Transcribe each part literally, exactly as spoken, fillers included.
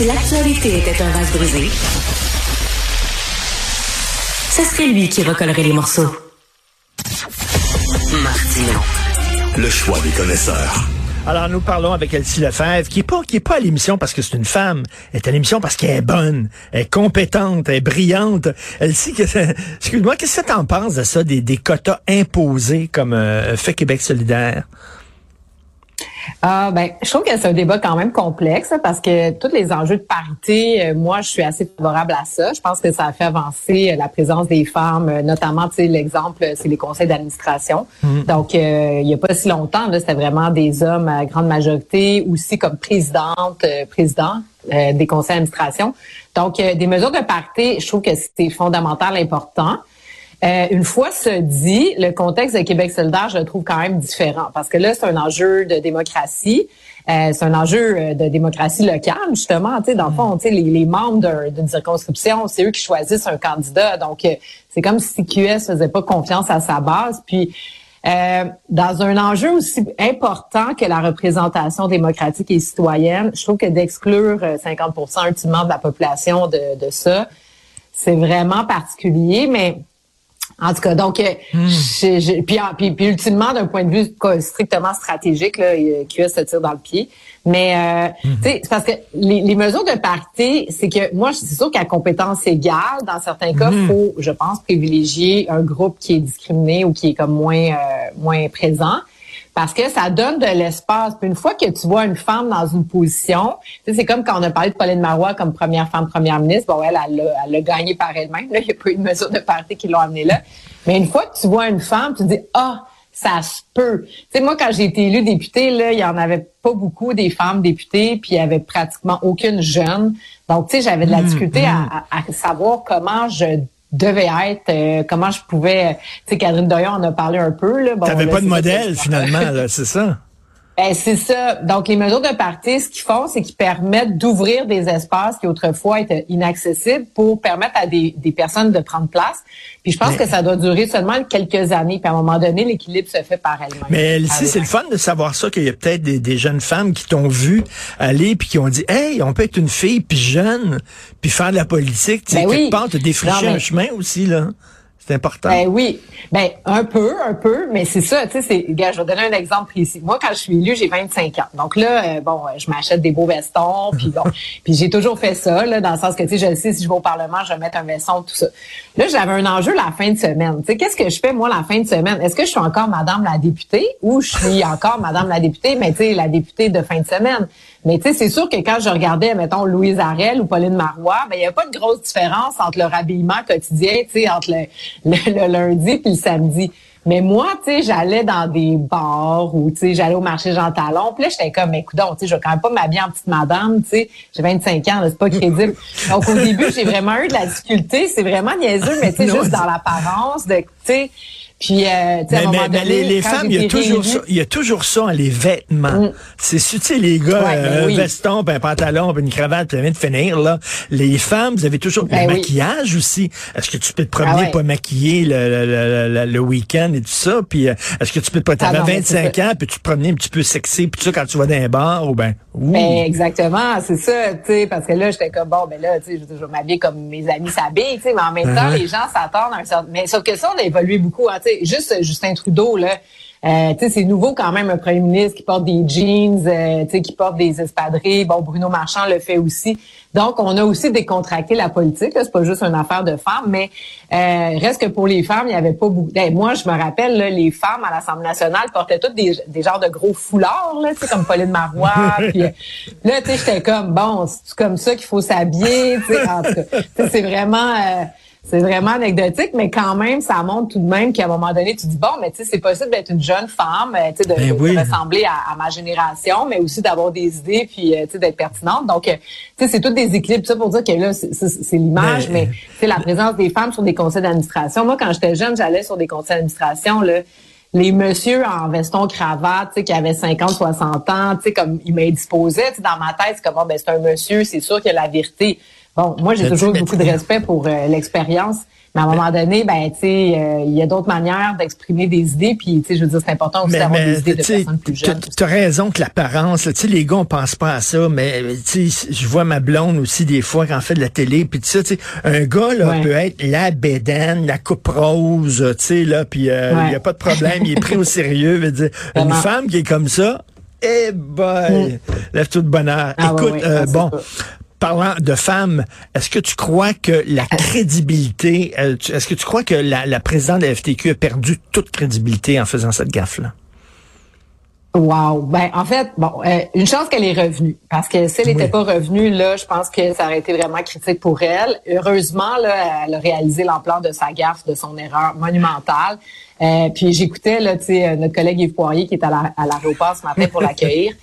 Si l'actualité était un vase brisé, ce serait lui qui recollerait les morceaux. Martino. Le choix des connaisseurs. Alors, nous parlons avec Elsie Lefebvre, qui est pas, qui est pas à l'émission parce que c'est une femme. Elle est à l'émission parce qu'elle est bonne, elle est compétente, elle est brillante. Elsie, excuse-moi, qu'est-ce que t'en penses de ça, des, des quotas imposés comme euh, fait Québec solidaire? Ah ben, je trouve que c'est un débat quand même complexe parce que tous les enjeux de parité, euh, moi, je suis assez favorable à ça. Je pense que ça a fait avancer euh, la présence des femmes, euh, notamment, tu sais, l'exemple, c'est les conseils d'administration. Mmh. Donc, euh, il y a pas si longtemps, là, c'était vraiment des hommes à grande majorité, aussi comme présidente, euh, président euh, des conseils d'administration. Donc, euh, des mesures de parité, je trouve que c'est fondamental, important. Euh, une fois ce dit, le contexte de Québec solidaire, je le trouve quand même différent parce que là, c'est un enjeu de démocratie. Euh, c'est un enjeu de démocratie locale, justement. Tu sais, dans le fond, tu sais, les, les membres d'une circonscription, c'est eux qui choisissent un candidat. Donc, euh, c'est comme si Q S faisait pas confiance à sa base. Puis, euh, dans un enjeu aussi important que la représentation démocratique et citoyenne, je trouve que d'exclure cinquante pour cent ultimement de la population de, de ça, c'est vraiment particulier, mais en tout cas, donc, mmh. je, je, puis, puis, puis ultimement, d'un point de vue strictement stratégique, là, Q S se tire dans le pied. Mais, euh, mmh. tu sais, c'est parce que les, les mesures de parité, c'est que moi, c'est sûr qu'à compétence égale, dans certains cas, il mmh. faut, je pense, privilégier un groupe qui est discriminé ou qui est comme moins, euh, moins présent. Parce que ça donne de l'espace. Puis une fois que tu vois une femme dans une position, tu sais, c'est comme quand on a parlé de Pauline Marois comme première femme première ministre. Bon, elle, elle l'a, elle l'a gagné par elle-même. Là, il n'y a pas eu de mesure de parité qui l'ont amenée là. Mais une fois que tu vois une femme, tu te dis, ah, ça se peut. Tu sais, moi, quand j'ai été élue députée, là, il y en avait pas beaucoup des femmes députées, puis il y avait pratiquement aucune jeune. Donc, tu sais, j'avais de la difficulté mmh, mmh. À, à, à savoir comment je devait être, euh, comment je pouvais... Tu sais, Catherine Doyon en a parlé un peu. Là. Bon, T'avais là, pas de modèle, finalement, là, c'est ça? Ben, c'est ça. Donc, les mesures de parité, ce qu'ils font, c'est qu'ils permettent d'ouvrir des espaces qui autrefois étaient inaccessibles pour permettre à des, des personnes de prendre place. Puis je pense mais... que ça doit durer seulement quelques années. Puis à un moment donné, l'équilibre se fait par elle-même. Mais ici, c'est le fun de savoir ça, qu'il y a peut-être des, des jeunes femmes qui t'ont vu aller puis qui ont dit « Hey, on peut être une fille puis jeune puis faire de la politique. » Tu sais, ben quelque oui. part, te défricher mais... un chemin aussi, là. C'est important. Ben oui. Ben, un peu, un peu, mais c'est ça, tu sais, c'est, gars, je vais donner un exemple précis. Moi, quand je suis élue, j'ai vingt-cinq ans. Donc là, euh, bon, je m'achète des beaux vestons, puis bon, puis j'ai toujours fait ça, là, dans le sens que, tu sais, je sais, si je vais au Parlement, je vais mettre un veston, tout ça. Là, j'avais un enjeu la fin de semaine. Tu sais, qu'est-ce que je fais, moi, la fin de semaine? Est-ce que je suis encore Madame la députée ou je suis encore Madame la députée, mais tu sais, la députée de fin de semaine? Mais tu sais, c'est sûr que quand je regardais, mettons, Louise Arel ou Pauline Marois, ben il y a pas de grosse différence entre leur habillement quotidien, tu sais, entre le, le, le lundi puis le samedi. Mais moi, tu sais, j'allais dans des bars ou, tu sais, j'allais au marché Jean Talon. Puis là, j'étais comme, écoute, tu sais, je vais quand même pas m'habiller en petite madame, tu sais. J'ai vingt-cinq ans, là, c'est pas crédible. Donc, au début, j'ai vraiment eu de la difficulté. C'est vraiment niaiseux, mais tu sais, juste dans l'apparence de, tu sais... Puis, euh, tu sais, à un moment donné, mais les, les femmes, il y a toujours réunie... ça, il y a toujours ça, hein, les vêtements. Mm. C'est, tu sais, les gars, ouais, ben, un oui. veston, puis un pantalon, puis une cravate, puis ça vient de finir, là. Les femmes, vous avez toujours ben, le oui. maquillage aussi. Est-ce que tu peux te promener ah ouais. pas maquillé le, le, le, le, le week-end et tout ça? Puis, euh, est-ce que tu peux te t'avais ah vingt-cinq ans, puis tu te promener un petit peu sexy, puis tout ça quand tu vas dans un bar, ou ben, oui. Ben, exactement, c'est ça, tu sais, parce que là, j'étais comme, bon, ben là, tu sais, je vais m'habiller comme mes amis s'habillent, tu sais, mais en même temps, uh-huh. les gens s'attendent à un certain... Mais sauf que ça, on a évolué beaucoup, hein, tu sais, juste Justin Trudeau, là, euh, tu sais, c'est nouveau quand même un premier ministre qui porte des jeans, euh, tu sais, qui porte des espadrilles. Bon, Bruno Marchand le fait aussi. Donc, on a aussi décontracté la politique. Là, c'est pas juste une affaire de femmes, mais euh, reste que pour les femmes, il y avait pas beaucoup. Hey, moi, je me rappelle, là, les femmes à l'Assemblée nationale portaient toutes des, des genres de gros foulards, là, tu sais, comme Pauline Marois. Puis euh, là, tu sais, j'étais comme bon, c'est comme ça qu'il faut s'habiller. Tu sais, en tout cas, c'est vraiment. Euh, C'est vraiment anecdotique, mais quand même, ça montre tout de même qu'à un moment donné, tu dis, bon, mais tu sais, c'est possible d'être une jeune femme, tu sais, de, ben oui. de ressembler à, à ma génération, mais aussi d'avoir des idées, puis, tu sais, d'être pertinente. Donc, tu sais, c'est tous des équilibres. Ça pour dire que là, c'est, c'est, c'est l'image, mais, mais tu sais, la présence des femmes sur des conseils d'administration. Moi, quand j'étais jeune, j'allais sur des conseils d'administration, là, les messieurs en veston cravate, tu sais, qui avaient cinquante, soixante ans, tu sais, comme ils m'indisposaient, tu sais, dans ma tête, c'est comme, bon, ben, c'est un monsieur, c'est sûr qu'il a la vérité. bon, moi, j'ai toujours eu beaucoup de respect pour euh, l'expérience. Mais à un moment donné, ben, tu sais, euh, il y a d'autres manières d'exprimer des idées, puis, tu sais, je veux dire, c'est important aussi d'avoir des idées de personnes plus jeunes. Tu as raison que l'apparence, tu sais, les gars, on pense pas à ça, mais, tu sais, je vois ma blonde aussi, des fois, quand on fait de la télé, puis tout ça, tu sais, un gars, là, ouais. peut être la bédaine, la coupe rose, tu sais, là, puis il euh, ouais. y a pas de problème, il est pris au sérieux, veut dire, une Vraiment. femme qui est comme ça, eh boy, mm. lève-toi de bonheur. Ah, Écoute, ouais, ouais, euh, bon... Parlant de femmes, est-ce que tu crois que la crédibilité, euh, est-ce que tu crois que la, la présidente de la F T Q a perdu toute crédibilité en faisant cette gaffe-là? Wow. Ben, en fait, bon, euh, une chance qu'elle est revenue. Parce que si elle n'était oui. pas revenue, là, je pense que ça aurait été vraiment critique pour elle. Heureusement, là, elle a réalisé l'ampleur de sa gaffe, de son erreur monumentale. Euh, puis j'écoutais, là, tu sais, notre collègue Yves Poirier qui est à, la, à l'aéroport ce matin pour l'accueillir.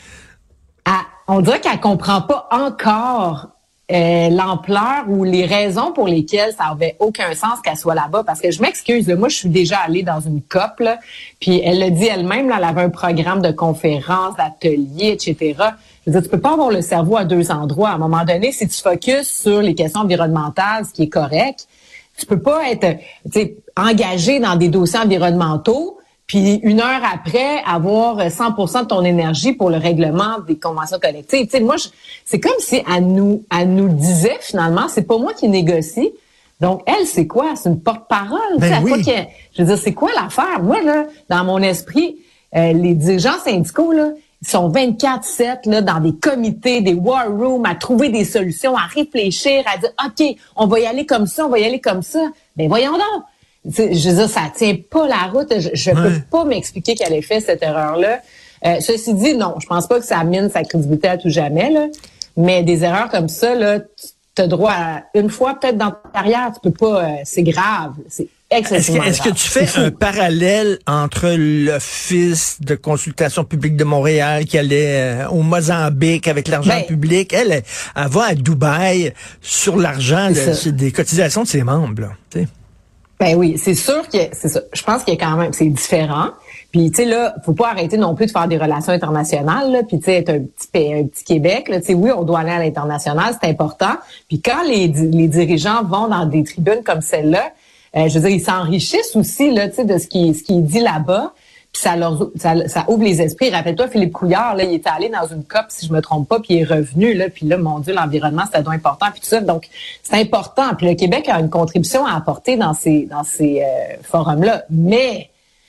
À, on dirait qu'elle comprend pas encore euh, l'ampleur ou les raisons pour lesquelles ça avait aucun sens qu'elle soit là-bas. Parce que je m'excuse, là, moi, je suis déjà allée dans une C O P, là, puis elle l'a dit elle-même, là, elle avait un programme de conférences, d'ateliers, et cetera. Je veux dire, tu peux pas avoir le cerveau à deux endroits. À un moment donné, si tu focuses sur les questions environnementales, ce qui est correct, tu peux pas être, tu sais, engagé dans des dossiers environnementaux, puis une heure après, avoir cent pour cent de ton énergie pour le règlement des conventions collectives. Tu sais, moi, je, c'est comme si elle nous, elle nous disait finalement, c'est pas moi qui négocie. Donc, elle, c'est quoi? C'est une porte-parole. Ben tu sais, oui. quoi qu'elle, je veux dire, c'est quoi l'affaire? Moi, là, dans mon esprit, euh, les dirigeants syndicaux, là, ils sont vingt-quatre sept là, dans des comités, des war rooms, à trouver des solutions, à réfléchir, à dire, OK, on va y aller comme ça, on va y aller comme ça. Ben voyons donc. T'sais, je veux dire, ça tient pas la route. Je, je ouais. peux pas m'expliquer qu'elle ait fait cette erreur-là. Euh, ceci dit, non, je pense pas que ça mine sa crédibilité à tout jamais, là. Mais des erreurs comme ça, là, tu as droit à une fois peut-être dans ta carrière, tu peux pas. Euh, c'est grave. C'est excessivement grave. Est-ce que, est-ce que tu fais un parallèle entre l'Office de consultation publique de Montréal qui allait euh, au Mozambique avec l'argent ben, public? Elle, elle, elle va à Dubaï sur l'argent de, des cotisations de ses membres, là, tu sais. Ben oui, c'est sûr que c'est ça. Je pense qu'il y a quand même, c'est différent. Puis tu sais là, faut pas arrêter non plus de faire des relations internationales là. Puis tu sais être un petit pays, un petit Québec là. Tu sais oui, on doit aller à l'international, c'est important. Puis quand les les dirigeants vont dans des tribunes comme celle-là, euh, je veux dire ils s'enrichissent aussi là, tu sais de ce qui ce qui est dit là-bas. Puis ça leur ça, ça ouvre les esprits. Rappelle-toi Philippe Couillard là, il était allé dans une C O P si je me trompe pas, puis il est revenu là, puis là mon Dieu l'environnement c'était donc important puis tout ça. Donc c'est important. Puis le Québec a une contribution à apporter dans ces dans ces euh, forums là, mais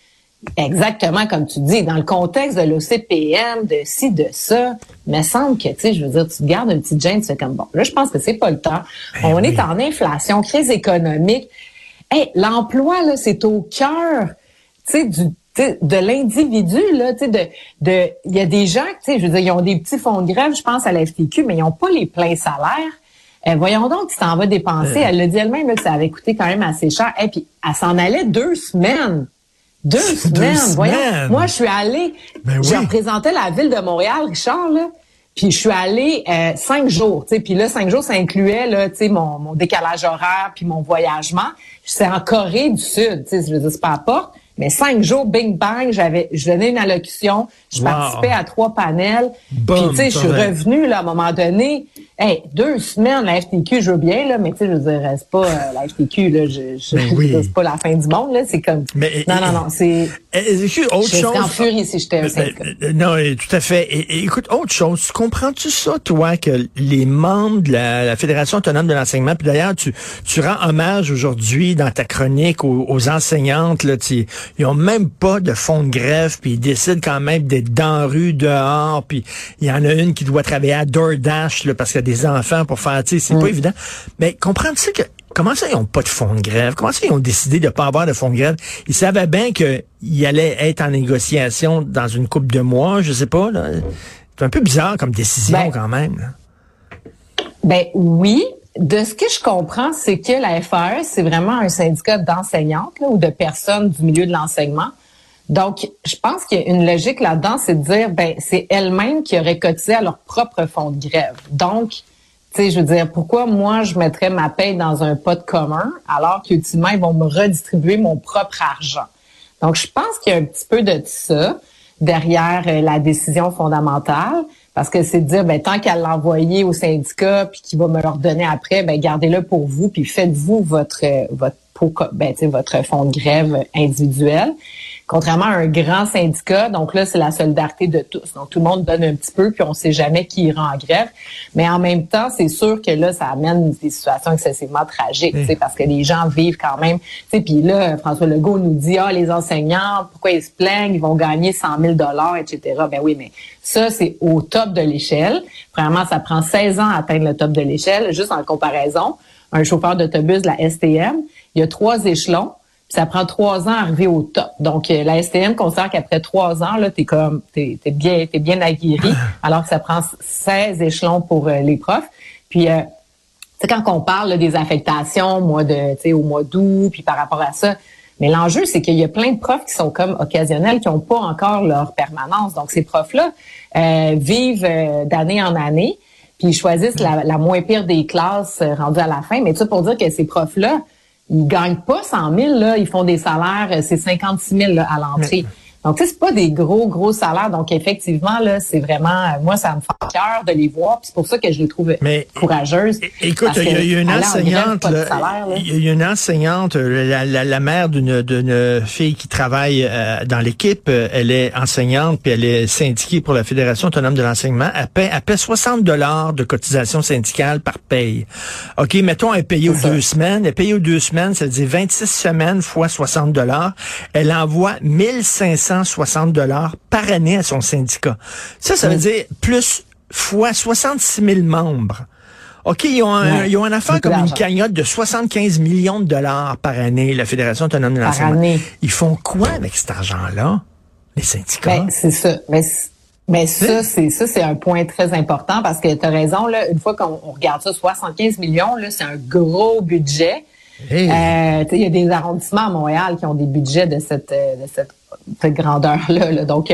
exactement comme tu dis, dans le contexte de l'O C P M, de ci, de ça, il me semble que, tu sais, je veux dire, tu te gardes une petite gêne, tu fais comme, bon, là, je pense que c'est pas le temps. Ben On oui. est en inflation, crise économique. Hey, l'emploi, là, c'est au cœur, tu sais, du de l'individu, là, tu sais, de, de, il y a des gens, tu sais, je veux dire, ils ont des petits fonds de grève, je pense, à la F T Q, mais ils n'ont pas les pleins salaires. Euh, voyons donc, tu t'en vas dépenser. Euh. Elle l'a dit elle-même, là, que ça avait coûté quand même assez cher. Et puis, elle s'en allait deux semaines. Deux, deux semaines, semaines, voyons. Moi, je suis allée, ben oui. je représentais la ville de Montréal, Richard, là, puis je suis allée euh, cinq jours, tu sais, puis là, cinq jours, ça incluait, là, tu sais, mon, mon décalage horaire puis mon voyagement. C'est en Corée du Sud, tu sais, je veux dire, c'est pas à porte. Mais cinq jours, bing bang, j'avais, je donnais une allocution, je wow. participais à trois panels, puis tu sais, je suis revenue là à un moment donné. Hey, deux semaines la F T Q, je veux bien là, mais tu sais, je veux dire, c'est pas euh, la F T Q là, je, je, oui. c'est pas la fin du monde là, c'est comme. Mais, non, non, non, c'est. Écoute, autre je chose. serais en furie si j'étais un syndicat. Non, tout à fait. Et, et, écoute, autre chose, comprends-tu ça, toi, que les membres de la, la Fédération autonome de l'enseignement, puis d'ailleurs, tu, tu rends hommage aujourd'hui dans ta chronique aux, aux enseignantes là, tu, ils ont même pas de fonds de grève, puis ils décident quand même d'être dans la rue, dehors, puis il y en a une qui doit travailler à DoorDash là, parce qu'il y a des enfants pour faire, tu sais, c'est mmh. pas évident. Mais comprends-tu que comment ça, ils n'ont pas de fonds de grève? Comment ça, ils ont décidé de ne pas avoir de fonds de grève? Ils savaient bien qu'ils allaient être en négociation dans une couple de mois, je sais pas. Là. C'est un peu bizarre comme décision ben, quand même. Là. Ben oui. De ce que je comprends, c'est que la F A E, c'est vraiment un syndicat d'enseignantes là, ou de personnes du milieu de l'enseignement. Donc, je pense qu'il y a une logique là-dedans, c'est de dire, ben, c'est elles-mêmes qui auraient cotisé à leur propre fonds de grève. Donc, tu sais, je veux dire, pourquoi moi, je mettrais ma paye dans un pot commun alors qu'ultimement, ils vont me redistribuer mon propre argent? Donc, je pense qu'il y a un petit peu de ça derrière euh, la décision fondamentale. Parce que c'est de dire, ben tant qu'à l'envoyer au syndicat puis qu'il va me le redonner après, ben gardez-le pour vous puis faites-vous votre votre ben tu sais votre fonds de grève individuel. Contrairement à un grand syndicat, donc là, c'est la solidarité de tous. Donc, tout le monde donne un petit peu, puis on ne sait jamais qui ira en grève. Mais en même temps, c'est sûr que là, ça amène des situations excessivement tragiques, mmh. parce que les gens vivent quand même. Puis là, François Legault nous dit, ah, les enseignants, pourquoi ils se plaignent, ils vont gagner cent mille dollars, et cetera. Ben oui, mais ça, c'est au top de l'échelle. Vraiment, ça prend seize ans à atteindre le top de l'échelle. Juste en comparaison, un chauffeur d'autobus de la S T M, il y a trois échelons. Puis ça prend trois ans à arriver au top. Donc, euh, la S T M considère qu'après trois ans, là, t'es comme, t'es, t'es bien, t'es bien aguerri, alors que ça prend seize échelons pour euh, les profs. Puis, euh, tu sais, quand on parle là, des affectations, mois de, tu sais, au mois d'août, puis par rapport à ça, mais l'enjeu, c'est qu'il y a plein de profs qui sont comme occasionnels, qui n'ont pas encore leur permanence. Donc, ces profs-là euh, vivent euh, d'année en année, puis ils choisissent la, la moins pire des classes euh, rendues à la fin. Mais ça pour dire que ces profs-là, ils gagnent pas cent mille, là. Ils font des salaires, c'est cinquante-six mille là, à l'entrée. Oui. Donc, tu sais, c'est pas des gros, gros salaires. Donc, effectivement, là, c'est vraiment, moi, ça me fait cœur de les voir. Puis c'est pour ça que je les trouve Mais, courageuses. Écoute, il y, y a une enseignante, il y a une enseignante, la, la, la mère d'une, d'une fille qui travaille euh, dans l'équipe, elle est enseignante, puis elle est syndiquée pour la Fédération autonome de l'enseignement. Elle paie, elle paie soixante dollars de cotisation syndicale par paye. OK, mettons, elle est payée aux deux semaines. Elle est payée aux deux semaines, ça veut dire vingt-six semaines fois soixante dollars. Elle envoie mille cinq cents soixante dollars par année à son syndicat. Ça, ça veut dire plus fois soixante-six mille membres. OK, ils ont, un, ouais, ils ont une affaire comme une cagnotte de soixante-quinze millions de dollars par année, la Fédération autonome de l'enseignement. Ils font quoi avec cet argent-là, les syndicats? Ben, c'est ça. Mais, mais ça, c'est ça, c'est un point très important parce que tu as raison, là, une fois qu'on regarde ça, soixante-quinze millions, là, c'est un gros budget. Hey. Euh, il y a des arrondissements à Montréal qui ont des budgets de cette, de cette, cette grandeur-là. Là. Donc,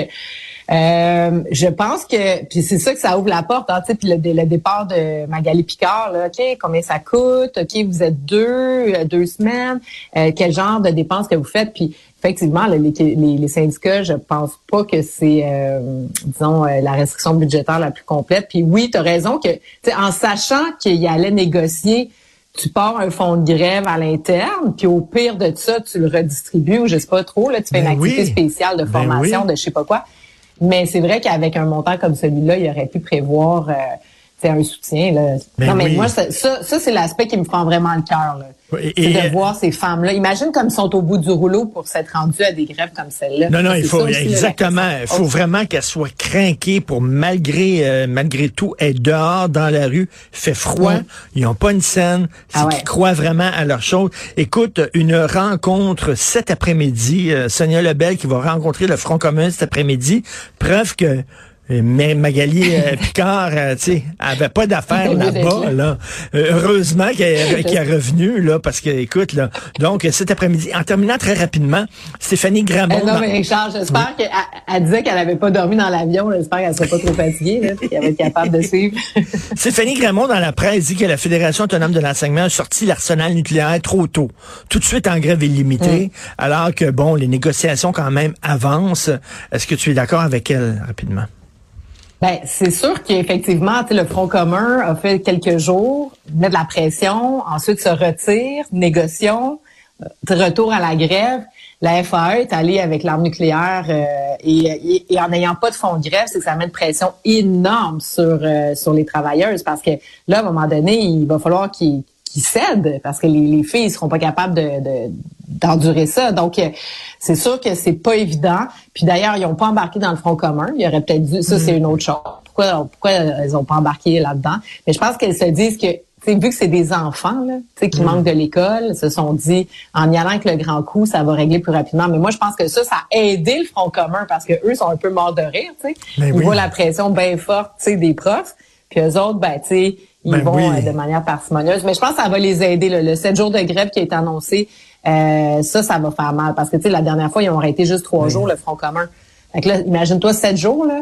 euh, je pense que, puis c'est ça que ça ouvre la porte, hein, puis le, le départ de Magali Picard, là, OK, combien ça coûte? OK, vous êtes deux, deux semaines, euh, quel genre de dépenses que vous faites? Puis effectivement, là, les, les, les syndicats, je pense pas que c'est, euh, disons, euh, la restriction budgétaire la plus complète. Puis oui, tu as raison que, en sachant qu'il allait négocier, tu pars un fonds de grève à l'interne, puis au pire de ça, tu le redistribues ou je sais pas trop, là, tu fais ben une activité oui. spéciale de formation, ben oui. de je sais pas quoi. Mais c'est vrai qu'avec un montant comme celui-là, il aurait pu prévoir euh, un soutien. Là. Ben non, mais oui. moi, ça, ça, ça c'est l'aspect qui me prend vraiment le cœur. Là. Et, c'est de et, voir ces femmes-là. Imagine comme ils sont au bout du rouleau pour s'être rendus à des grèves comme celle-là. Non, non, c'est il faut aussi, exactement. Il faut vraiment qu'elles soient craquées pour malgré euh, malgré tout être dehors dans la rue. Il fait froid. Mm. Ils n'ont pas une scène. C'est ah ouais. qu'ils croient vraiment à leur chose. Écoute, une rencontre cet après-midi. Euh, Sonia Lebel qui va rencontrer le Front commun cet après-midi. Preuve que mais Magali euh, Picard, euh, tu sais, avait pas d'affaires là-bas, là. Euh, heureusement qu'elle, qu'elle est revenue, là, parce que, écoute, là, donc, cet après-midi, en terminant très rapidement, Stéphanie Gramont... Eh non, mais Richard, j'espère oui. qu'elle elle disait qu'elle avait pas dormi dans l'avion, j'espère qu'elle serait pas trop fatiguée, là, qu'elle va être capable de suivre. Stéphanie Gramont, dans la presse, dit que la Fédération autonome de l'enseignement a sorti l'arsenal nucléaire trop tôt, tout de suite en grève illimitée, mm. alors que, bon, les négociations, quand même, avancent. Est-ce que tu es d'accord avec elle, rapidement? Ben, c'est sûr qu'effectivement, le Front commun a fait quelques jours, met de la pression, ensuite se retire, négocions, retour à la grève. La F A E est allée avec l'arme nucléaire euh, et, et, et en n'ayant pas de fonds de grève, c'est que ça met une pression énorme sur euh, sur les travailleuses parce que là, à un moment donné, il va falloir qu'ils qui cèdent parce que les, les filles ne seront pas capables de, de d'endurer ça. Donc, euh, c'est sûr que c'est pas évident. Puis d'ailleurs, ils n'ont pas embarqué dans le Front commun. Il aurait peut-être dû... Ça, mmh. c'est une autre chose. Pourquoi, pourquoi elles n'ont pas embarqué là-dedans? Mais je pense qu'elles se disent que, vu que c'est des enfants là, qui mmh. manquent de l'école, se sont dit, en y allant avec le grand coup, ça va régler plus rapidement. Mais moi, je pense que ça, ça a aidé le Front commun parce que eux sont un peu morts de rire. T'sais. Ils oui. voient la pression bien forte des profs. Puis eux autres, ben, tu sais, ils ben vont oui. euh, de manière parcimonieuse. Mais je pense que ça va les aider. Là. Le sept jours de grève qui a été annoncé, euh, ça, ça va faire mal. Parce que, tu sais, la dernière fois, ils ont arrêté juste trois oui. jours, le Front commun. Fait que là, imagine-toi sept jours, là.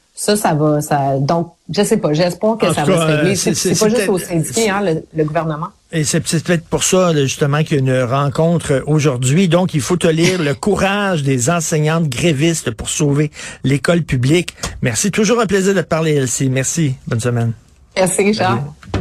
Ça, ça va, ça, donc, je sais pas, j'espère que en ça cas, va se régler. C'est, c'est, c'est, c'est pas juste aux syndiqués, hein, le, le gouvernement. Et c'est peut-être pour ça, justement, qu'il y a une rencontre aujourd'hui. Donc, il faut te lire Le courage des enseignantes grévistes pour sauver l'école publique. Merci. Toujours un plaisir de te parler, Elsie. Merci. Bonne semaine. Merci, Richard. Salut.